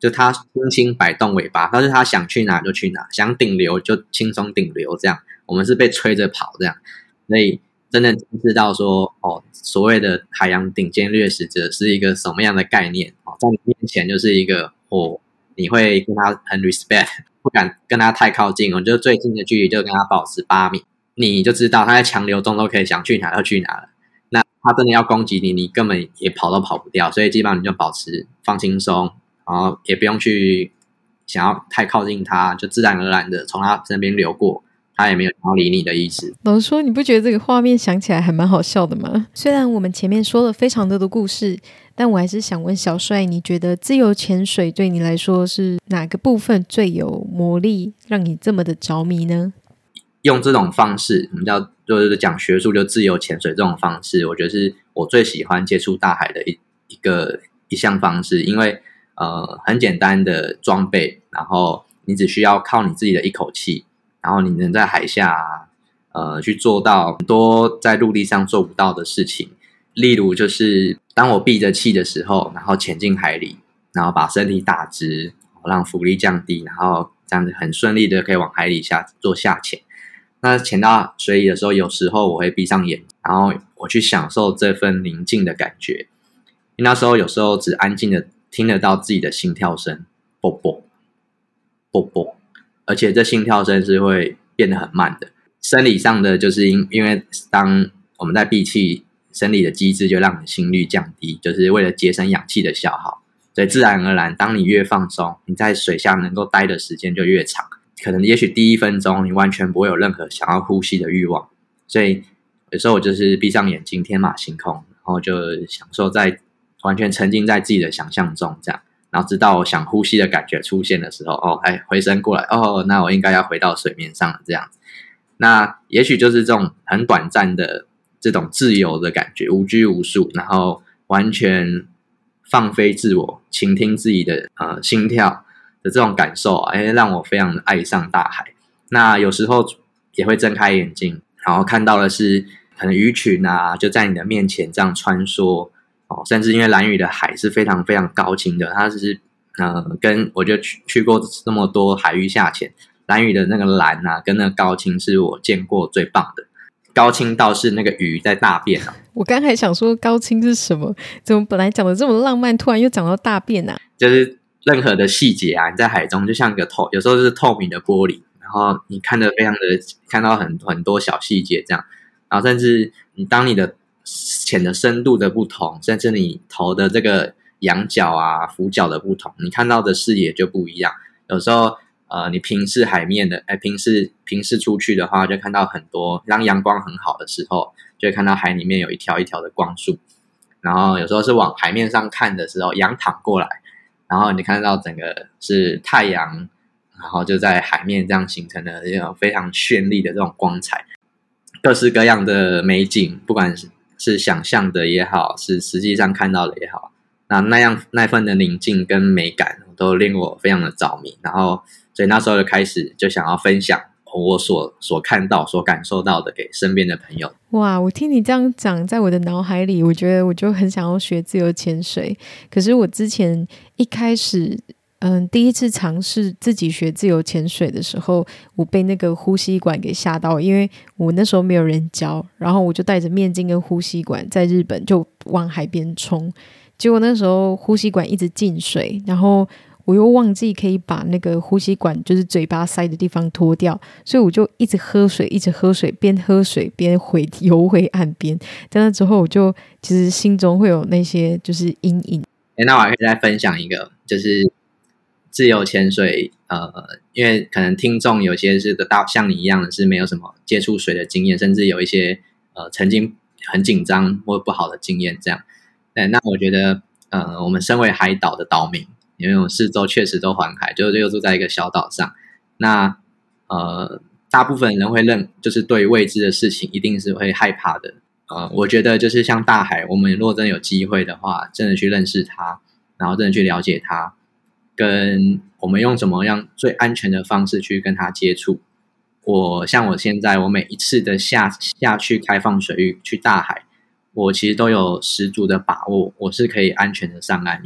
A: 就它轻轻摆动尾巴，但是它想去哪就去哪，想顶流就轻松顶流这样。我们是被吹着跑这样，所以真的知道说哦，所谓的海洋顶尖掠食者是一个什么样的概念哦，在你面前就是一个哦，你会跟他很 respect， 不敢跟他太靠近，我就最近的距离就跟他保持八米，你就知道他在强流中都可以想去哪就去哪了。那他真的要攻击你，你根本也跑都跑不掉，所以基本上你就保持放轻松，然后也不用去想要太靠近他，就自然而然的从他身边流过，他也没有想要理你的意思。
B: 老实说，你不觉得这个画面想起来还蛮好笑的吗？虽然我们前面说了非常多的故事，但我还是想问小帅，你觉得自由潜水对你来说是哪个部分最有魔力，让你这么的着迷呢？
A: 用这种方式，我们叫就是讲学术，就自由潜水这种方式，我觉得是我最喜欢接触大海的一一个一项方式，因为呃很简单的装备，然后你只需要靠你自己的一口气，然后你能在海下呃去做到很多在陆地上做不到的事情。例如就是当我闭着气的时候，然后潜进海里，然后把身体打直，让浮力降低，然后这样子很顺利的可以往海里下做下潜。那潜到水里的时候，有时候我会闭上眼，然后我去享受这份宁静的感觉。因为那时候有时候只安静的听得到自己的心跳声，啵啵啵啵，而且这心跳声是会变得很慢的。生理上的就是因因为当我们在闭气，生理的机制就让你心率降低，就是为了节省氧气的消耗。所以自然而然，当你越放松，你在水下能够待的时间就越长。可能也许第一分钟你完全不会有任何想要呼吸的欲望，所以有时候我就是闭上眼睛，天马行空，然后就享受在完全沉浸在自己的想象中这样，然后直到我想呼吸的感觉出现的时候，哦，哎，回神过来，哦，那我应该要回到水面上了这样子。那也许就是这种很短暂的这种自由的感觉，无拘无束，然后完全放飞自我，倾听自己的呃心跳的这种感受啊，哎，让我非常的爱上大海。那有时候也会睁开眼睛，然后看到的是可能鱼群啊，就在你的面前这样穿梭哦，甚至因为兰屿的海是非常非常高清的，它是呃跟我就去去过那么多海域下潜，兰屿的那个蓝啊，跟那个高清是我见过最棒的。高清到是那个鱼在大便啊！
B: 我刚才想说高清是什么，怎么本来讲的这么浪漫，突然又讲到大便啊？
A: 就是任何的细节啊，你在海中就像一个透，有时候是透明的玻璃，然后你看得非常的看到很很多小细节这样，然后甚至你当你的潜的深度的不同，甚至你头的这个仰角啊、俯角的不同，你看到的视野就不一样。有时候呃，你平视海面的，哎，平视平视出去的话，就看到很多，当阳光很好的时候，就会看到海里面有一条一条的光束。然后有时候是往海面上看的时候，仰躺过来，然后你看到整个是太阳，然后就在海面这样形成了这种非常绚丽的这种光彩，各式各样的美景，不管是是想象的也好，是实际上看到的也好，那那样那份的宁静跟美感都令我非常的着迷。然后所以那时候就开始就想要分享我所所看到所感受到的给身边的朋友。
B: 哇，我听你这样讲，在我的脑海里，我觉得我就很想要学自由潜水。可是我之前一开始嗯，第一次尝试自己学自由潜水的时候，我被那个呼吸管给吓到，因为我那时候没有人教，然后我就带着面镜跟呼吸管在日本就往海边冲，结果那时候呼吸管一直进水，然后我又忘记可以把那个呼吸管就是嘴巴塞的地方脱掉，所以我就一直喝水一直喝水，边喝水边回游回岸边。在那之后我就其实心中会有那些就是阴影。
A: 欸，那我还可以再分享一个，就是自由潜水，呃，因为可能听众有些是大像你一样的是没有什么接触水的经验，甚至有一些呃曾经很紧张或不好的经验这样。对，那我觉得呃，我们身为海岛的岛民，因为我们四周确实都环海，就又住在一个小岛上，那呃，大部分人会认就是对未知的事情一定是会害怕的。呃，我觉得就是像大海，我们如果真的有机会的话，真的去认识它，然后真的去了解它，跟我们用怎么样最安全的方式去跟它接触。我像我现在，我每一次的下下去开放水域去大海，我其实都有十足的把握，我是可以安全的上岸，因为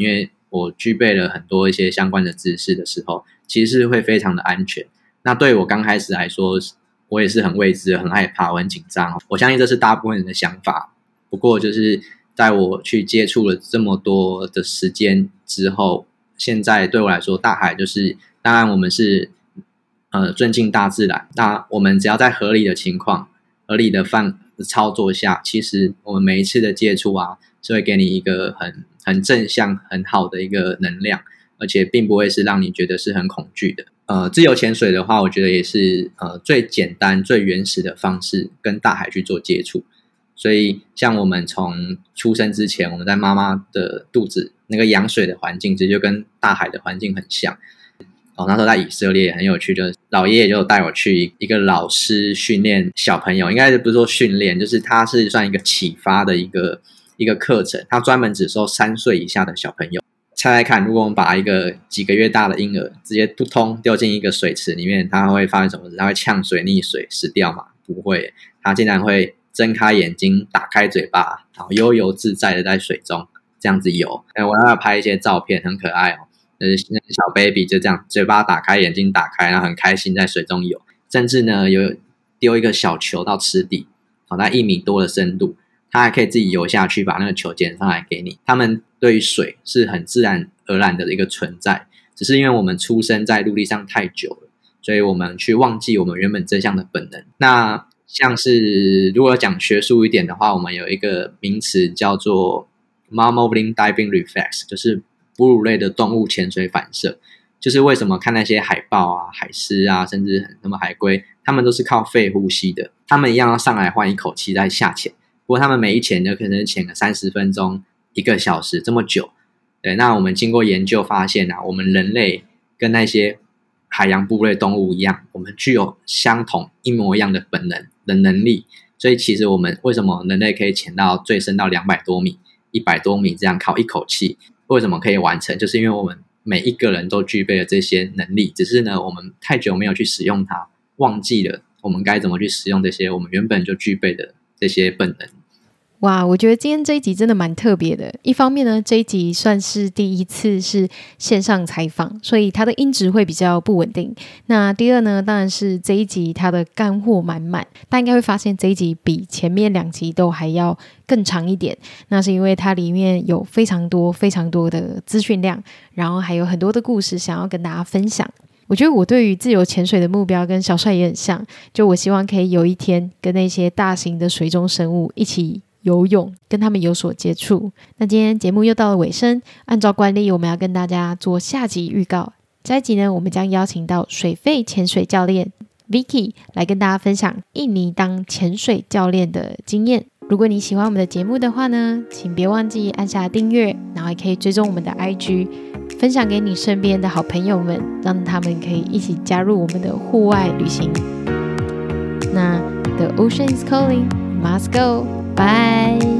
A: 我具备了很多一些相关的知识的时候，其实是会非常的安全。那对我刚开始来说，我也是很未知，很害怕，我很紧张。我相信这是大部分人的想法。不过就是在我去接触了这么多的时间之后，现在对我来说，大海就是当然我们是呃尊敬大自然，那我们只要在合理的情况、合理的范操作下，其实我们每一次的接触啊，是会给你一个很很正向、很好的一个能量，而且并不会是让你觉得是很恐惧的。呃，自由潜水的话，我觉得也是呃最简单、最原始的方式，跟大海去做接触。所以，像我们从出生之前，我们在妈妈的肚子那个羊水的环境，其实就跟大海的环境很像。哦，那时候在以色列很有趣，就是老爷爷就带我去一个老师训练小朋友，应该不是说训练，就是他是算一个启发的一个一个课程，他专门只收三岁以下的小朋友。猜猜看，如果我们把一个几个月大的婴儿直接扑通丢进一个水池里面，他会发生什么事？他会呛水、溺水、死掉吗？不会，他竟然会睁开眼睛，打开嘴巴，然后悠游自在的在水中这样子游。哎，我要拍一些照片，很可爱哦。就是小 baby 就这样，嘴巴打开，眼睛打开，然后很开心在水中游。甚至呢，有丢一个小球到池底，好，在一米多的深度，他还可以自己游下去，把那个球捡上来给你。他们对于水是很自然而然的一个存在，只是因为我们出生在陆地上太久了，所以我们去忘记我们原本这项的本能。那像是如果讲学术一点的话，我们有一个名词叫做 Mammalian Diving Reflex， 就是哺乳类的动物潜水反射。就是为什么看那些海豹啊、海狮啊，甚至什么海龟，他们都是靠肺呼吸的，他们一样要上来换一口气再下潜。不过他们每一潜就可能潜个三十分钟、一个小时这么久。对，那我们经过研究发现啊，我们人类跟那些海洋哺乳类动物一样，我们具有相同一模一样的本能的能力。所以其实我们为什么人类可以潜到最深到两百多米、一百多米这样靠一口气，为什么可以完成？就是因为我们每一个人都具备了这些能力，只是呢我们太久没有去使用它，忘记了我们该怎么去使用这些我们原本就具备的这些本能。
B: 哇，我觉得今天这一集真的蛮特别的。一方面呢，这一集算是第一次是线上采访，所以它的音质会比较不稳定。那第二呢，当然是这一集它的干货满满，大家应该会发现这一集比前面两集都还要更长一点。那是因为它里面有非常多非常多的资讯量，然后还有很多的故事想要跟大家分享。我觉得我对于自由潜水的目标跟小帅也很像，就我希望可以有一天跟那些大型的水中生物一起游泳，跟他们有所接触。那今天节目又到了尾声，按照惯例我们要跟大家做下集预告。下一集呢，我们将邀请到水肺潜水教练 Vicky 来跟大家分享印尼当潜水教练的经验。如果你喜欢我们的节目的话呢，请别忘记按下订阅，然后也可以追踪我们的 I G， 分享给你身边的好朋友们，让他们可以一起加入我们的户外旅行。那 The ocean is calling, must go. Bye.